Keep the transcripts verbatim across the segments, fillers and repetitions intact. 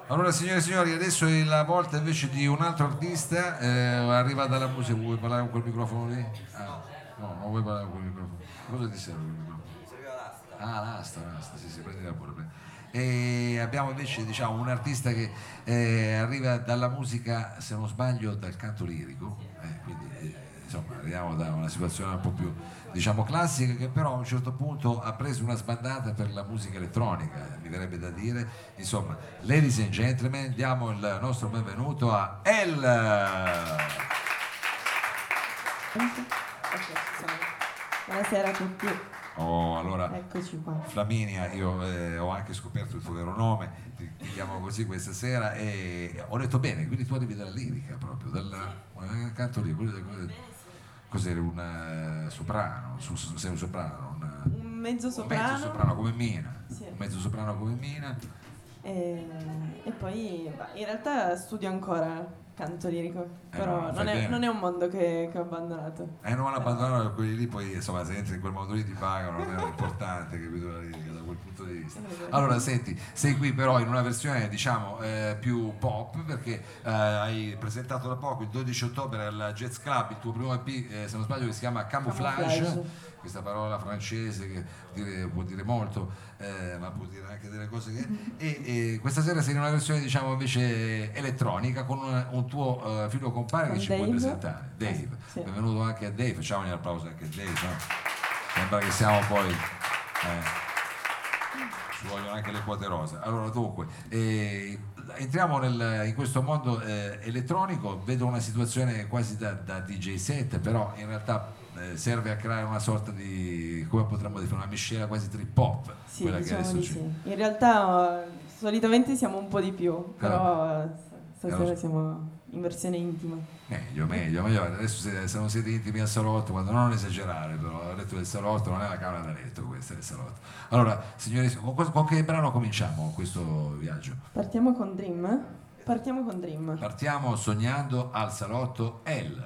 Allora, signore e signori, adesso è la volta invece di un altro artista, eh, arriva dalla musica. Vuoi parlare con quel microfono lì? Ah, no, non vuoi parlare con quel microfono. Cosa ti serve quel microfono? Mi serviva l'asta. Ah, l'asta, l'asta, sì, sì, prendila pure. prendi. E abbiamo invece, diciamo, un artista che eh, arriva dalla musica, se non sbaglio, dal canto lirico, eh, quindi eh, insomma arriviamo da una situazione un po' più, diciamo, classica, che però a un certo punto ha preso una sbandata per la musica elettronica, mi verrebbe da dire. Insomma, ladies and gentlemen, diamo il nostro benvenuto a El. Buonasera a tutti. Oh, allora, eccoci qua. Flaminia, io eh, ho anche scoperto il tuo vero nome, ti, ti chiamo così questa sera e ho detto bene, quindi tu arrivi dalla lirica proprio, dal eh, canto lì, cos'eri, un uh, soprano, su, sei un soprano, una, un mezzo soprano, un mezzo soprano come Mina, sì. un mezzo soprano come Mina. E, e poi bah, in realtà studio ancora canto lirico, eh però no, non, è, non è un mondo che, che ho abbandonato. Eh, non abbandonato, quelli lì poi insomma se entri in quel modo lì ti pagano, non è importante, capito, la lirica da quel punto di vista. Allora senti, sei qui però in una versione diciamo eh, più pop, perché eh, hai presentato da poco il dodici ottobre al Jazz Club il tuo primo E P, eh, se non sbaglio, che si chiama Camouflage, Camouflage. Questa parola francese che dire, può dire molto, eh, ma può dire anche delle cose che... E, e questa sera sei in una versione diciamo invece elettronica con un, un tuo uh, figlio compare con che ci Dave. Puoi presentare, Dave. Sì. Benvenuto anche a Dave, facciamo un applauso anche a Dave, no? Sembra che siamo poi... Eh, ci vogliono anche le quote rosa. Allora dunque, eh, entriamo nel, in questo mondo eh, elettronico, vedo una situazione quasi da, da D J set, però in realtà eh, serve a creare una sorta di, come potremmo dire, una miscela quasi trip hop. Sì, quella diciamo che adesso di ci... sì. In realtà solitamente siamo un po' di più, però stasera allora, siamo in versione intima. Meglio, meglio, meglio. Adesso se, se non siete intimi al salotto, quando non esagerare, però il letto del salotto non è la camera da letto, questa è il salotto. Allora, signori, con, con che brano cominciamo questo viaggio? Partiamo con Dream. Partiamo con Dream. Partiamo sognando al salotto El.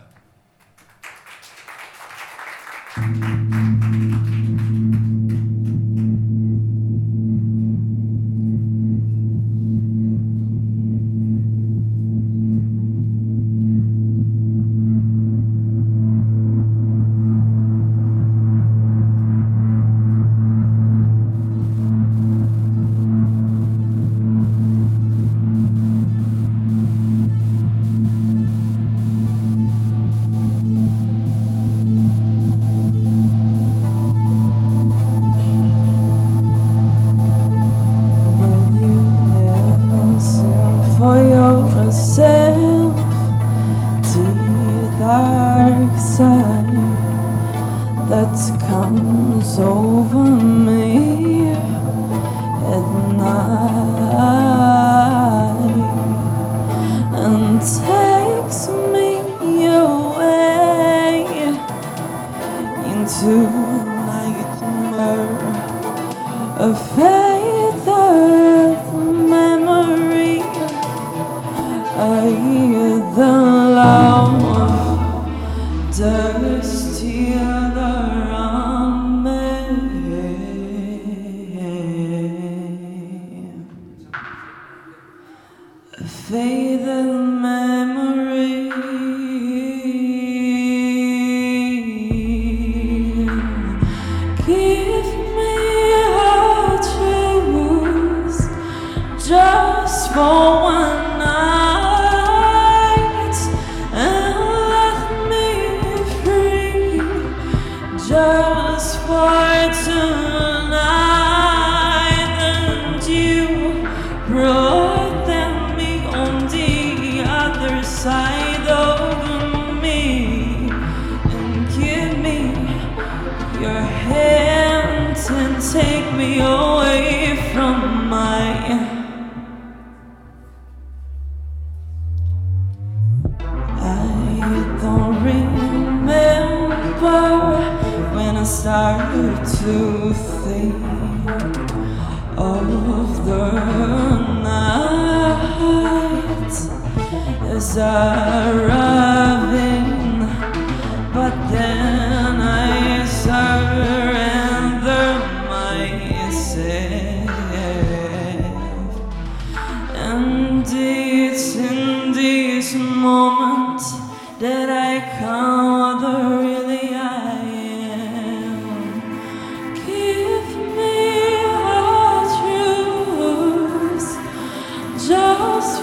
And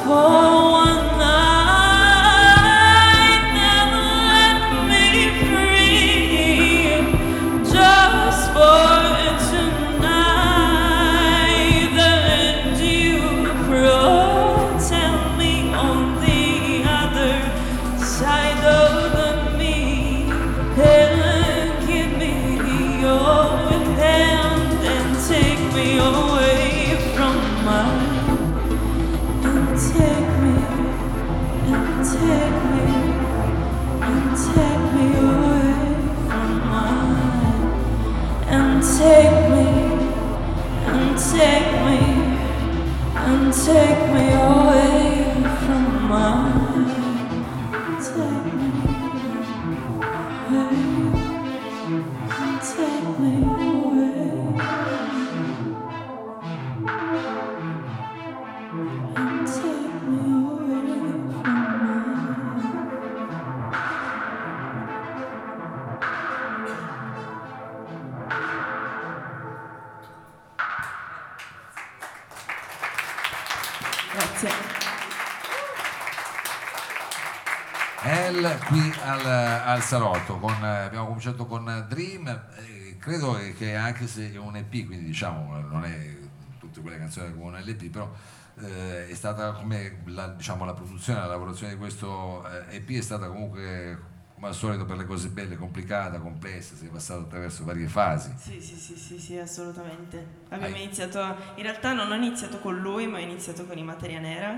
El qui al, al salotto, con, abbiamo cominciato con Dream, eh, credo che anche se è un E P, quindi diciamo non è tutte quelle canzoni come un L P, però eh, è stata come la, diciamo, la produzione, la lavorazione di questo eh, E P è stata comunque come al solito per le cose belle, complicata, complessa, si è passato attraverso varie fasi. Sì, sì, sì, sì, sì, assolutamente. Abbiamo Hai. iniziato, in realtà non ho iniziato con lui, ma ho iniziato con i Materia Nera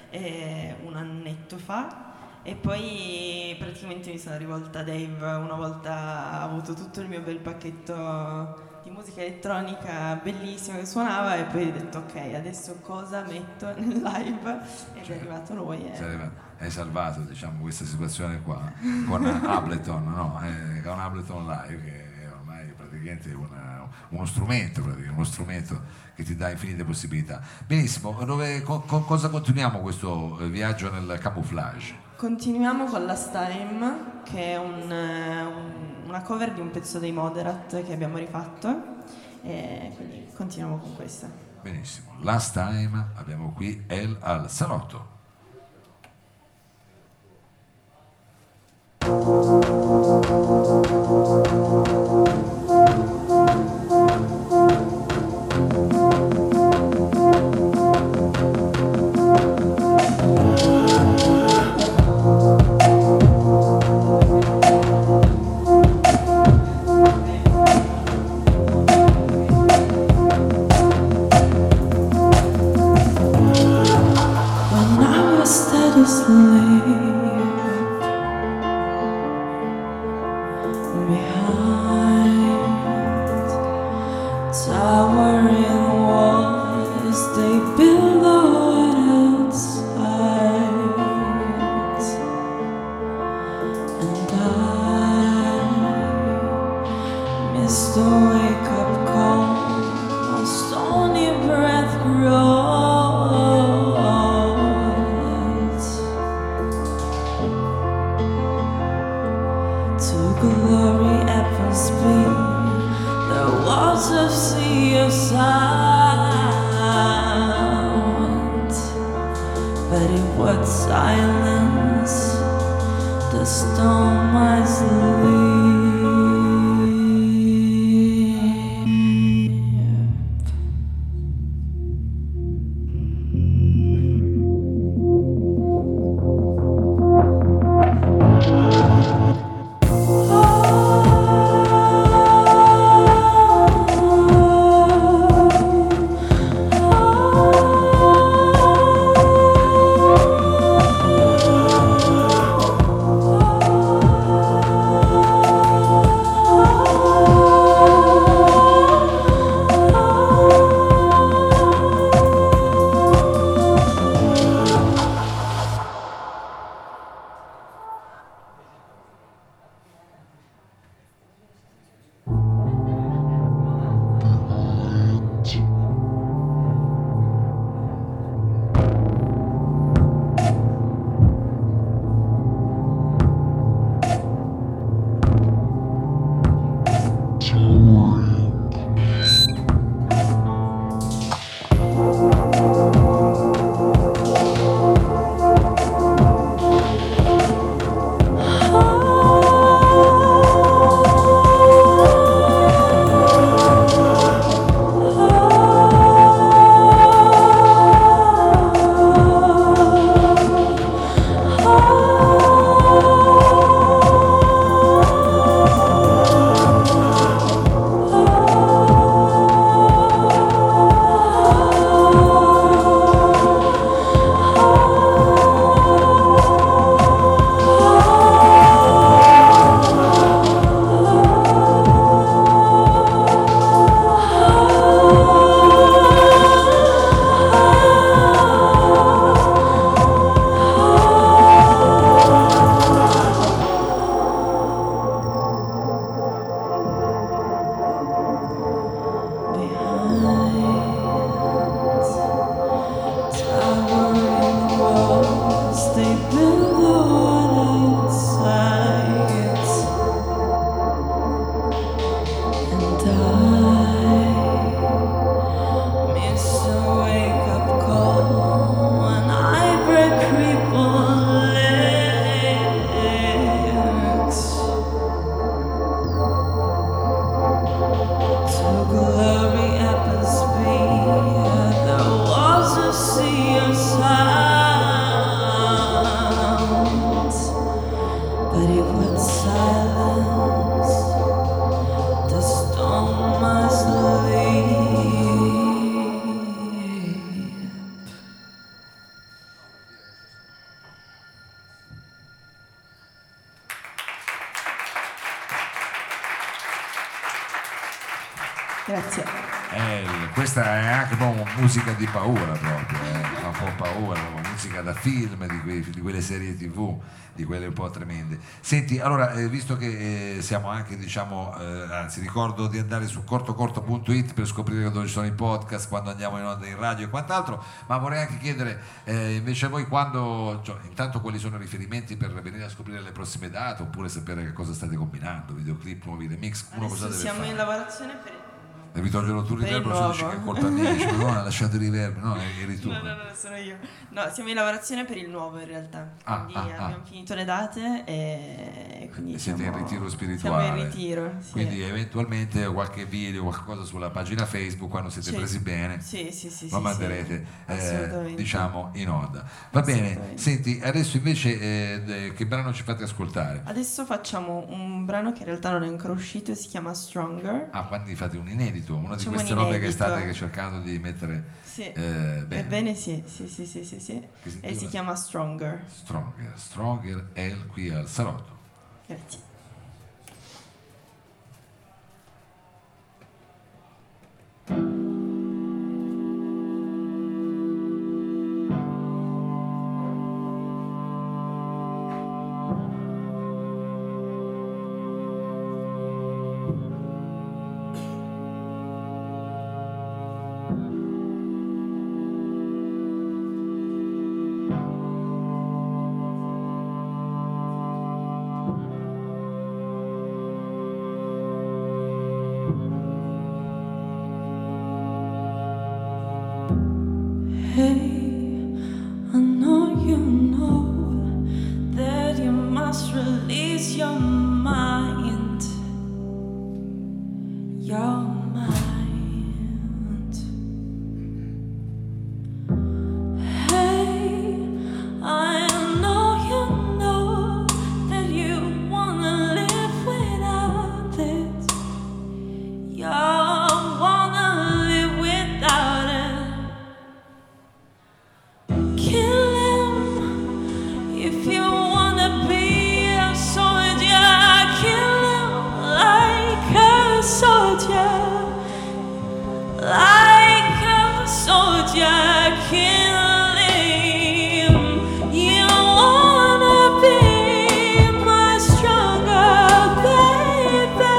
eh, un annetto fa. E poi praticamente mi sono rivolta a Dave, una volta ha avuto tutto il mio bel pacchetto di musica elettronica bellissimo che suonava, e poi ho detto ok, adesso cosa metto nel live? Ed cioè, è arrivato lui. E... hai salvato, diciamo, questa situazione qua con Ableton, no? Eh, con Ableton Live, che è ormai praticamente una, uno strumento, praticamente, uno strumento che ti dà infinite possibilità. Benissimo, dove, con, con cosa continuiamo questo viaggio nel camouflage? Continuiamo con Last Time, che è un, un, una cover di un pezzo dei Moderat che abbiamo rifatto, e quindi continuiamo con questa. Benissimo, Last Time, abbiamo qui El al salotto. Oh Grazie. Eh, questa è anche un po' musica di paura proprio, eh. Fa un po' paura, proprio, musica da film, di, quei, di quelle serie tv, di quelle un po' tremende. Senti, allora, eh, visto che eh, siamo anche, diciamo, eh, anzi ricordo di andare su cortocorto punto it per scoprire dove ci sono i podcast, quando andiamo in onda in radio e quant'altro, ma vorrei anche chiedere eh, invece a voi quando, cioè, intanto quali sono i riferimenti per venire a scoprire le prossime date, oppure sapere che cosa state combinando, videoclip, nuovi remix, uno cosa deve siamo fare? in lavorazione per... Devi togliere tu il Per il riverb, se dici che è nuovo. colpa mia, dici no, ha lasciato il riverb, no, eri tu. No, no, no, sono io. No, siamo in lavorazione per il nuovo in realtà. Ah, Quindi ah, abbiamo ah. finito le date e quindi Siete siamo, in ritiro spirituale. Siamo in ritiro, sì. Quindi eventualmente qualche video, qualcosa sulla pagina Facebook quando siete Sì. presi bene. Sì, sì, sì, lo sì, manderete sì. eh, Assolutamente. diciamo in onda. Va bene, Assolutamente. senti, adesso invece eh, che brano ci fate ascoltare? Adesso facciamo un brano che in realtà non è ancora uscito e si chiama Stronger. Ah, quindi fate un inedito, una di Facciamo queste un robe che inedito. state cercando di mettere Sì. eh, bene. Ebbene sì, sì, sì, sì, sì, sì. Che si E si chiama? chiama Stronger. Stronger, Stronger El qui al salotto. Grazie. Hey, I know you know that you must release your mind, your mind. Hey, I know you know that you wanna live without it. You wanna live without it. Kill him if you wanna be a soldier. Kill him like a soldier, like a soldier. Kill him. You wanna be my stronger baby,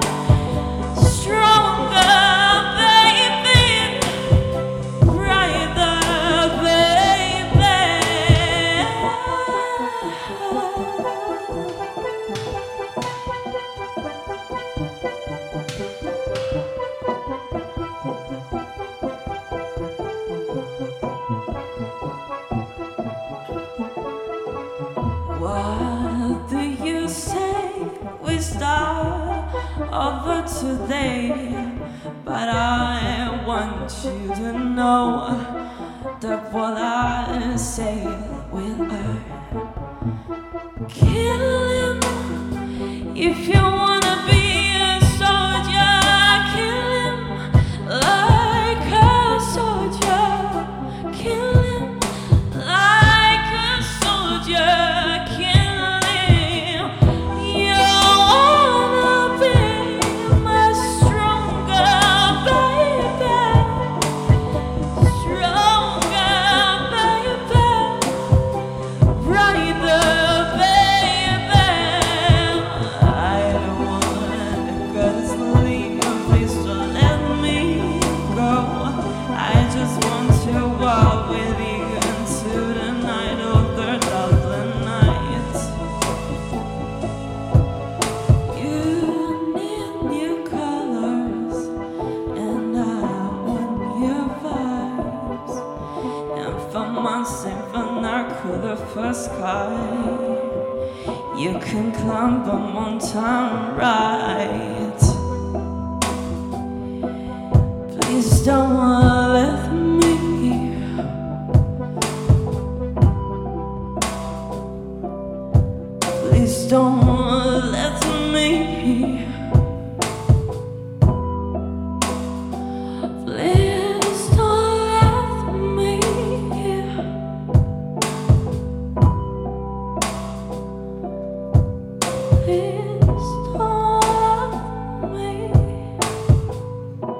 stronger baby. Right there, baby. What do you say we start over today? But I want you to know that what I say will hurt. Kill him if you wanna be a soldier. Kill him like a soldier. Kill him like a soldier. Kill him. You wanna be my stronger baby, stronger baby, right there, baby. I wanna cause leave, please don't let me go. I just want to walk with you into the night of the Dublin night. You need new colors, and I want your vibes. And for months in vernacular for sky, you can climb a mountain right. Please don't let me. Please don't let me. Please don't let me. Please don't let me.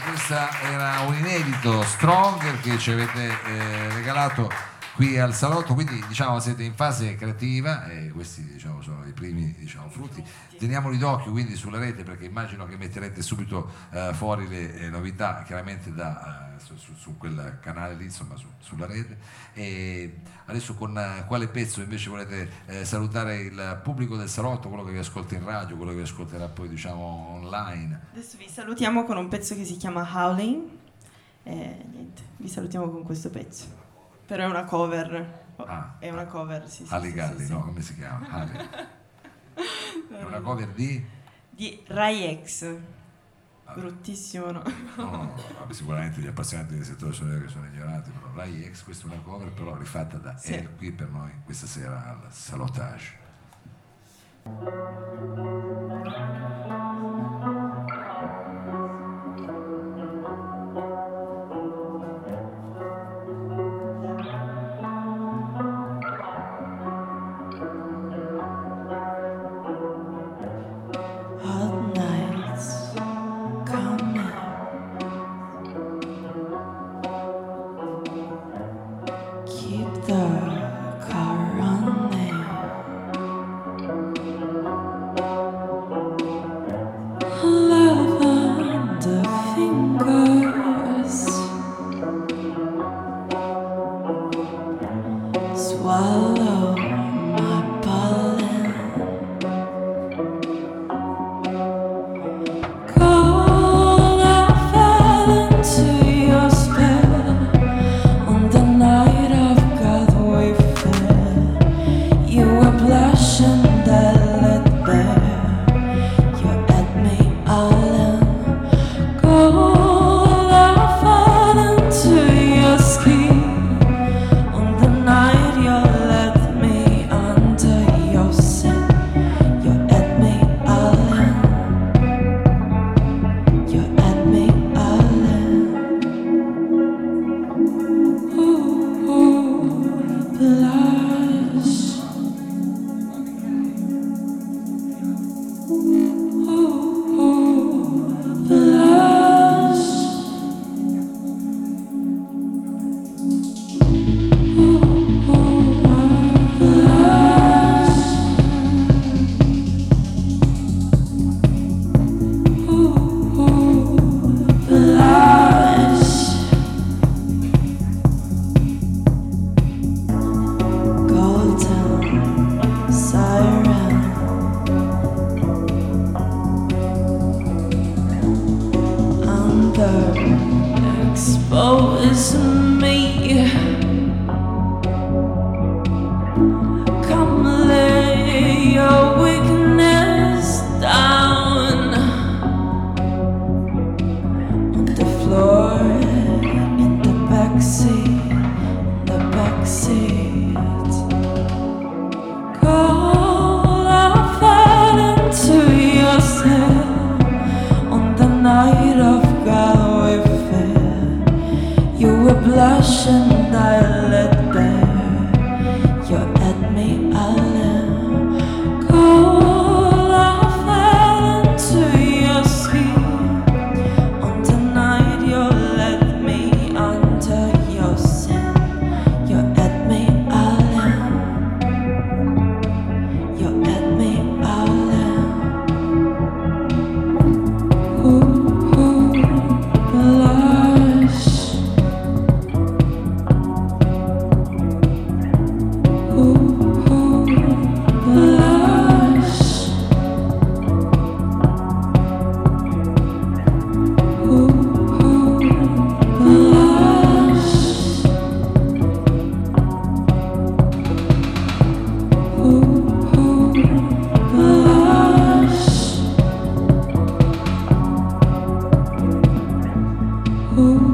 questo era un inedito Stronger che ci avete eh, regalato qui al salotto, quindi diciamo siete in fase creativa e questi diciamo sono i primi diciamo, frutti. Teniamoli d'occhio quindi sulla rete, perché immagino che metterete subito eh, fuori le eh, novità chiaramente da, eh, su, su, su quel canale lì, insomma su, sulla rete. E adesso con eh, quale pezzo invece volete eh, salutare il pubblico del salotto, quello che vi ascolta in radio, quello che vi ascolterà poi diciamo online? Adesso vi salutiamo con un pezzo che si chiama Howling e niente, vi salutiamo con questo pezzo. Però è una cover. Ah, è una cover, sì, sì. Ali sì, Galli, sì, no? sì. Come si chiama? Ali. È una cover di? Di Rai X. Bruttissimo, no? No, no, no, vabbè, sicuramente gli appassionati del settore sonoro che sono ignoranti, però Rai X, questa è una cover però rifatta da Sì. El qui per noi questa sera al Salotage. Hot nights coming. Keep the car running. Lavender fingers swallow my pollen. Cold, I fell into your spell on the night of God we fell. You were blushing, I let bare. You had me all in gold. I fell into your skin on the night you let me under your sin. You had me all in. You had me all in. Ooh, ooh, blush. Ooh, ooh, blush. Ooh, ooh, blush. Ooh, ooh, blush. Golden siren. Underexpose me. Come lay your weakness down on the floor in the backseat, in the backseat. Cold, I fell into your cell on the night of God we fell. You were blushing, I let bare. You had me all in. Cold, I fell into your skin on the night you let me under your sin. You had me all in. You had me all in. Ooh, ooh, blush. Ooh, ooh, blush. Ooh, ooh, blush. Ooh, ooh, blush. Ooh.